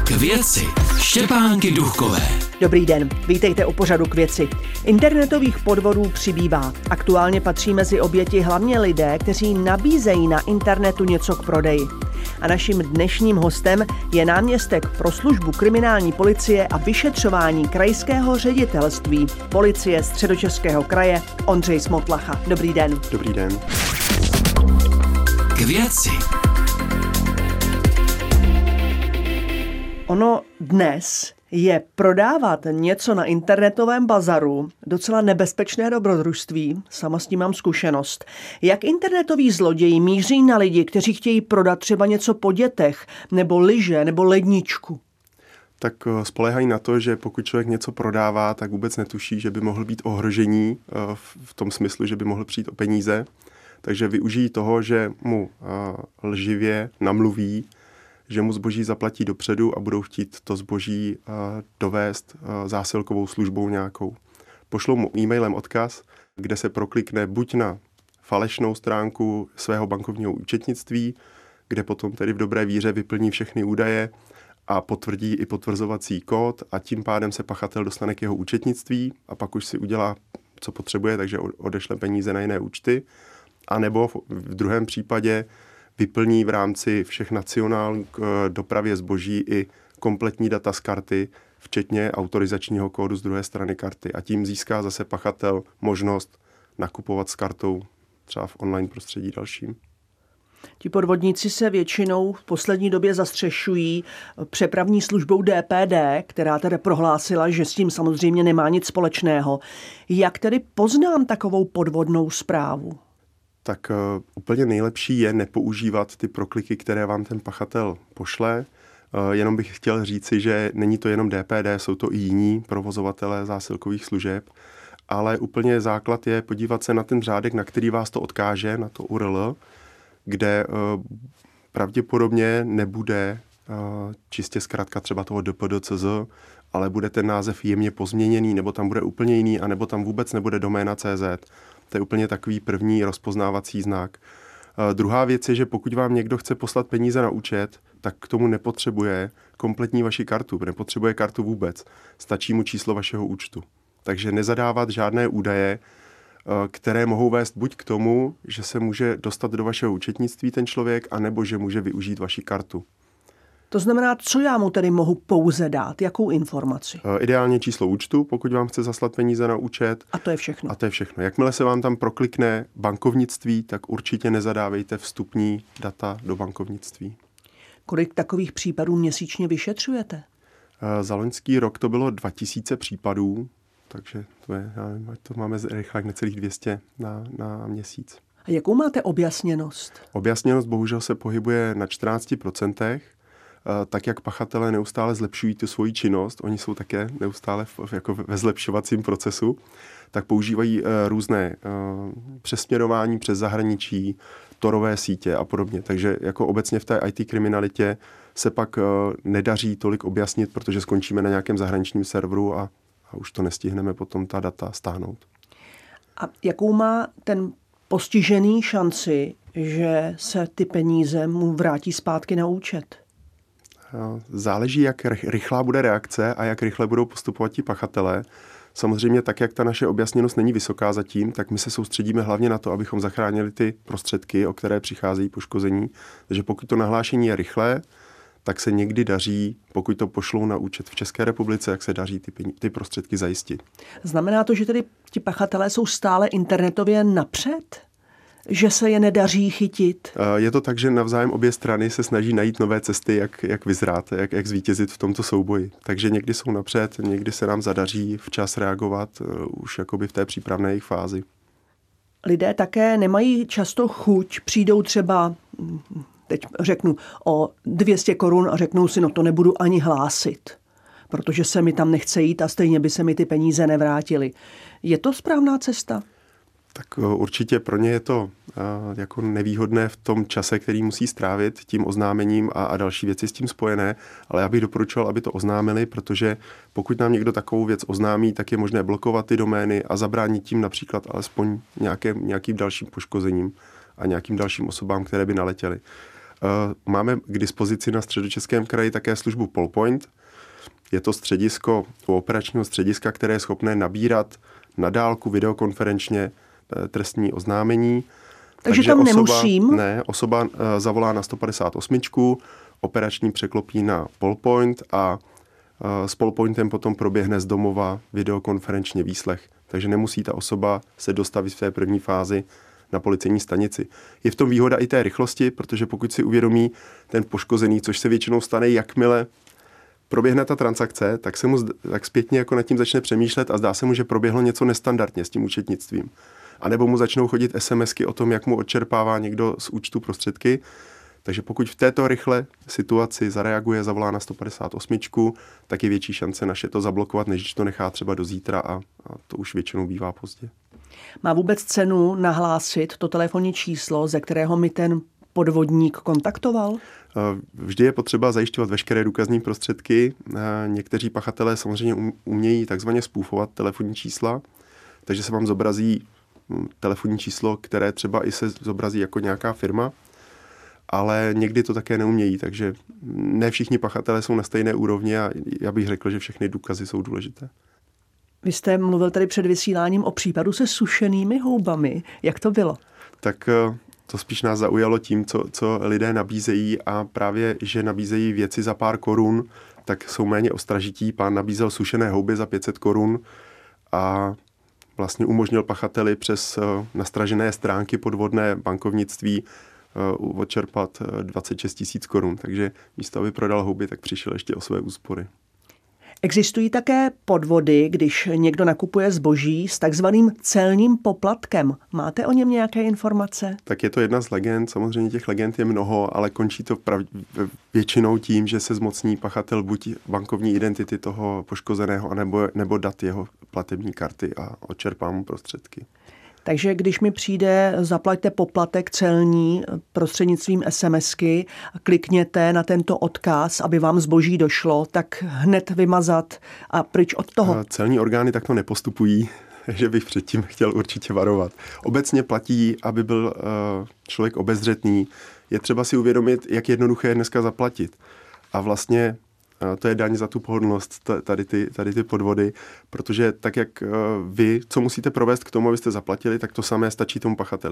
K věci Štěpánky Duchkové. Dobrý den, vítejte u pořadu K věci. Internetových podvodů přibývá. Aktuálně patří mezi oběti hlavně lidé, kteří nabízejí na internetu něco k prodeji. A naším dnešním hostem je náměstek pro službu kriminální policie a vyšetřování krajského ředitelství policie Středočeského kraje Ondřej Smotlacha. Dobrý den. Dobrý den. K věci. Ono dnes je prodávat něco na internetovém bazaru docela nebezpečné dobrodružství, sama s tím mám zkušenost. Jak internetoví zloději míří na lidi, kteří chtějí prodat třeba něco po dětech, nebo lyže, nebo ledničku? Tak spoléhají na to, že pokud člověk něco prodává, tak vůbec netuší, že by mohl být ohrožení v tom smyslu, že by mohl přijít o peníze. Takže využijí toho, že mu lživě namluví, že mu zboží zaplatí dopředu a budou chtít to zboží dovést zásilkovou službou nějakou. Pošlou mu e-mailem odkaz, kde se proklikne buď na falešnou stránku svého bankovního účetnictví, kde potom tedy v dobré víře vyplní všechny údaje a potvrdí i potvrzovací kód a tím pádem se pachatel dostane k jeho účetnictví a pak už si udělá, co potřebuje, takže odešle peníze na jiné účty. A nebo v druhém případě vyplní v rámci všech nacionálů k dopravě zboží i kompletní data z karty, včetně autorizačního kódu z druhé strany karty. A tím získá zase pachatel možnost nakupovat s kartou třeba v online prostředí dalším. Ti podvodníci se většinou v poslední době zastřešují přepravní službou DPD, která tedy prohlásila, že s tím samozřejmě nemá nic společného. Jak tedy poznám takovou podvodnou zprávu? Tak úplně nejlepší je nepoužívat ty prokliky, které vám ten pachatel pošle. Jenom bych chtěl říci, že není to jenom DPD, jsou to i jiní provozovatelé zásilkových služeb, ale úplně základ je podívat se na ten řádek, na který vás to odkáže, na to URL, kde pravděpodobně nebude čistě zkrátka třeba toho DPD.cz, ale bude ten název jemně pozměněný, nebo tam bude úplně jiný, anebo tam vůbec nebude doména CZ. To je úplně takový první rozpoznávací znak. Druhá věc je, že pokud vám někdo chce poslat peníze na účet, tak k tomu nepotřebuje kompletní vaši kartu, nepotřebuje kartu vůbec. Stačí mu číslo vašeho účtu. Takže nezadávat žádné údaje, které mohou vést buď k tomu, že se může dostat do vašeho účetnictví ten člověk, anebo že může využít vaši kartu. To znamená, co já mu tedy mohu pouze dát? Jakou informaci? Ideálně číslo účtu, pokud vám chce zaslat peníze na účet. A to je všechno. A to je všechno. Jakmile se vám tam proklikne bankovnictví, tak určitě nezadávejte vstupní data do bankovnictví. Kolik takových případů měsíčně vyšetřujete? Za loňský rok to bylo 2000 případů, takže to je, já nevím, to máme rychlák necelých 200 na měsíc. A jakou máte objasněnost? Objasněnost bohužel se pohybuje na 14%. Tak jak pachatelé neustále zlepšují tu svoji činnost, oni jsou také neustále jako ve zlepšovacím procesu, tak používají různé přesměrování přes zahraničí, torové sítě a podobně. Takže jako obecně v té IT kriminalitě se pak nedaří tolik objasnit, protože skončíme na nějakém zahraničním serveru a už to nestihneme potom ta data stáhnout. A jakou má ten postižený šanci, že se ty peníze mu vrátí zpátky na účet? Záleží, jak rychlá bude reakce a jak rychle budou postupovat ti pachatelé. Samozřejmě tak, jak ta naše objasněnost není vysoká zatím, tak my se soustředíme hlavně na to, abychom zachránili ty prostředky, o které přicházejí poškození. Takže pokud to nahlášení je rychlé, tak se někdy daří, pokud to pošlou na účet v České republice, jak se daří ty prostředky zajistit. Znamená to, že tedy ti pachatelé jsou stále internetově napřed? Že se je nedaří chytit? Je to tak, že navzájem obě strany se snaží najít nové cesty, jak vyzrát, jak zvítězit v tomto souboji. Takže někdy jsou napřed, někdy se nám zadaří včas reagovat už jakoby v té přípravné jejich fázi. Lidé také nemají často chuť, přijdou třeba, teď řeknu, o 200 korun a řeknou si, no to nebudu ani hlásit, protože se mi tam nechce jít a stejně by se mi ty peníze nevrátily. Je to správná cesta? Tak určitě pro ně je to jako nevýhodné v tom čase, který musí strávit tím oznámením a další věci s tím spojené, ale já bych doporučoval, aby to oznámili, protože pokud nám někdo takovou věc oznámí, tak je možné blokovat ty domény a zabránit tím například alespoň nějakým dalším poškozením a nějakým dalším osobám, které by naletěly. Máme k dispozici na Středočeském kraji také službu Polpoint. Je to středisko operačního střediska, které je schopné nabírat na dálku videokonferenčně trestní oznámení. Takže tam nemusím? Ne, osoba zavolá na 158, operační překlopí na Polpoint a s Polpointem potom proběhne z domova videokonferenčně výslech. Takže nemusí ta osoba se dostavit v té první fázi na policejní stanici. Je v tom výhoda i té rychlosti, protože pokud si uvědomí ten poškozený, což se většinou stane, jakmile proběhne ta transakce, tak zpětně jako nad tím začne přemýšlet a zdá se mu, že proběhlo něco nestandardně s tím účetnictvím. A nebo mu začnou chodit SMSky o tom, jak mu odčerpává někdo z účtu prostředky. Takže pokud v této rychle situaci zareaguje, zavolá na 158, tak je větší šance naše to zablokovat, než když to nechá třeba do zítra a to už většinou bývá pozdě. Má vůbec cenu nahlásit to telefonní číslo, ze kterého mi ten podvodník kontaktoval? Vždy je potřeba zajišťovat veškeré důkazní prostředky. Někteří pachatelé samozřejmě umějí takzvaně spůfovat telefonní čísla, takže se vám zobrazí telefonní číslo, které třeba i se zobrazí jako nějaká firma, ale někdy to také neumějí, takže ne všichni pachatelé jsou na stejné úrovni a já bych řekl, že všechny důkazy jsou důležité. Vy jste mluvil tady před vysíláním o případu se sušenými houbami. Jak to bylo? Tak to spíš nás zaujalo tím, co lidé nabízejí a právě, že nabízejí věci za pár korun, tak jsou méně ostražití. Pán nabízel sušené houby za 500 korun a vlastně umožnil pachateli přes nastražené stránky podvodné bankovnictví odčerpat 26 000 korun. Takže místo, aby prodal houby, tak přišel ještě o své úspory. Existují také podvody, když někdo nakupuje zboží s takzvaným celním poplatkem. Máte o něm nějaké informace? Tak je to jedna z legend. Samozřejmě těch legend je mnoho, ale končí to většinou tím, že se zmocní pachatel buď bankovní identity toho poškozeného, nebo dat jeho platební karty a odčerpá mu prostředky. Takže když mi přijde zaplaťte poplatek celní prostřednictvím SMSky, klikněte na tento odkaz, aby vám zboží došlo, tak hned vymazat a pryč od toho. Celní orgány takto nepostupují, že bych předtím chtěl určitě varovat. Obecně platí, aby byl člověk obezřetný. Je třeba si uvědomit, jak jednoduché je dneska zaplatit. A vlastně to je daň za tu pohodlnost, tady ty podvody, protože tak, jak vy, co musíte provést k tomu, abyste zaplatili, tak to samé stačí tomu pachateli.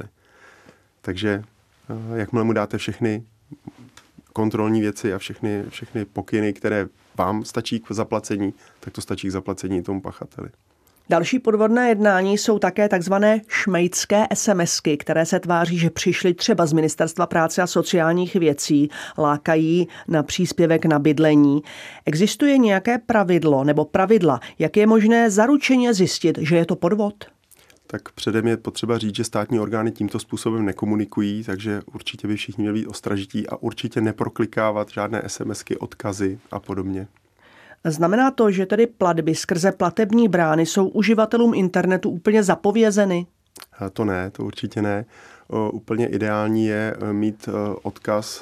Takže jakmile mu dáte všechny kontrolní věci a všechny pokyny, které vám stačí k zaplacení, tak to stačí k zaplacení tomu pachateli. Další podvodné jednání jsou také takzvané šmejdské SMSky, které se tváří, že přišly třeba z Ministerstva práce a sociálních věcí, lákají na příspěvek na bydlení. Existuje nějaké pravidlo nebo pravidla, jak je možné zaručeně zjistit, že je to podvod? Tak předem je potřeba říct, že státní orgány tímto způsobem nekomunikují, takže určitě by všichni měli být ostražití a určitě neproklikávat žádné SMSky, odkazy a podobně. Znamená to, že tedy platby skrze platební brány jsou uživatelům internetu úplně zapovězeny? To ne, to určitě ne. Úplně ideální je mít odkaz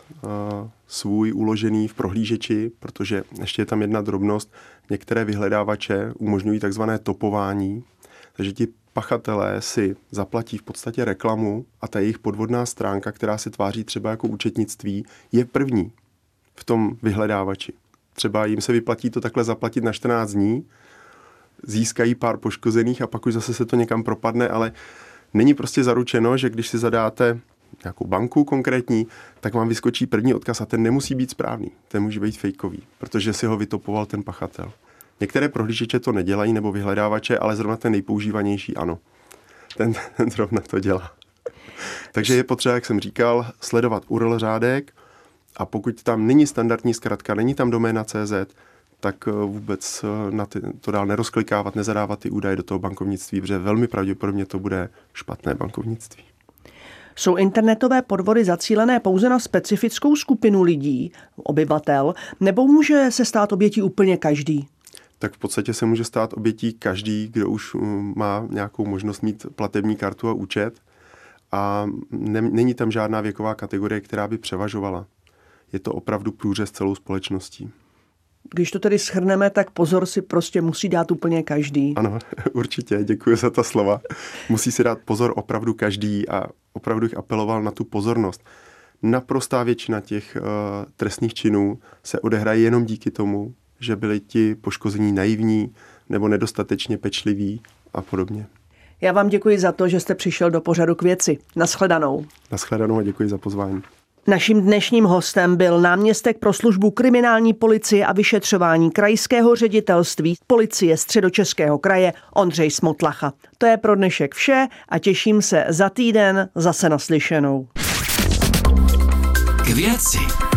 svůj uložený v prohlížeči, protože ještě je tam jedna drobnost. Některé vyhledávače umožňují takzvané topování, takže ti pachatelé si zaplatí v podstatě reklamu a ta jejich podvodná stránka, která se tváří třeba jako účetnictví, je první v tom vyhledávači. Třeba jim se vyplatí to takhle zaplatit na 14 dní, získají pár poškozených a pak už zase se to někam propadne, ale není prostě zaručeno, že když si zadáte nějakou banku konkrétní, tak vám vyskočí první odkaz a ten nemusí být správný, ten může být fejkový, protože si ho vytopoval ten pachatel. Některé prohlížeče to nedělají nebo vyhledávače, ale zrovna ten nejpoužívanější ano. Ten zrovna to dělá. Takže je potřeba, jak jsem říkal, sledovat URL řádek, a pokud tam není standardní zkratka, není tam doména CZ, tak vůbec to dál nerozklikávat, nezadávat ty údaje do toho bankovnictví, protože velmi pravděpodobně to bude špatné bankovnictví. Jsou internetové podvody zacílené pouze na specifickou skupinu lidí, obyvatel, nebo může se stát obětí úplně každý? Tak v podstatě se může stát obětí každý, kdo už má nějakou možnost mít platební kartu a účet a není tam žádná věková kategorie, která by převažovala. Je to opravdu průřez celou společností. Když to tedy shrneme, tak pozor si prostě musí dát úplně každý. Ano, určitě, děkuji za ta slova. Musí si dát pozor opravdu každý a opravdu bych apeloval na tu pozornost. naprostá většina těch trestných činů se odehraje jenom díky tomu, že byli ti poškození naivní nebo nedostatečně pečliví a podobně. Já vám děkuji za to, že jste přišel do pořadu K věci. Nashledanou. Nashledanou a děkuji za pozvání. Naším dnešním hostem byl náměstek pro službu kriminální policie a vyšetřování krajského ředitelství policie Středočeského kraje Ondřej Smotlacha. To je pro dnešek vše a těším se za týden zase naslyšenou. K věci.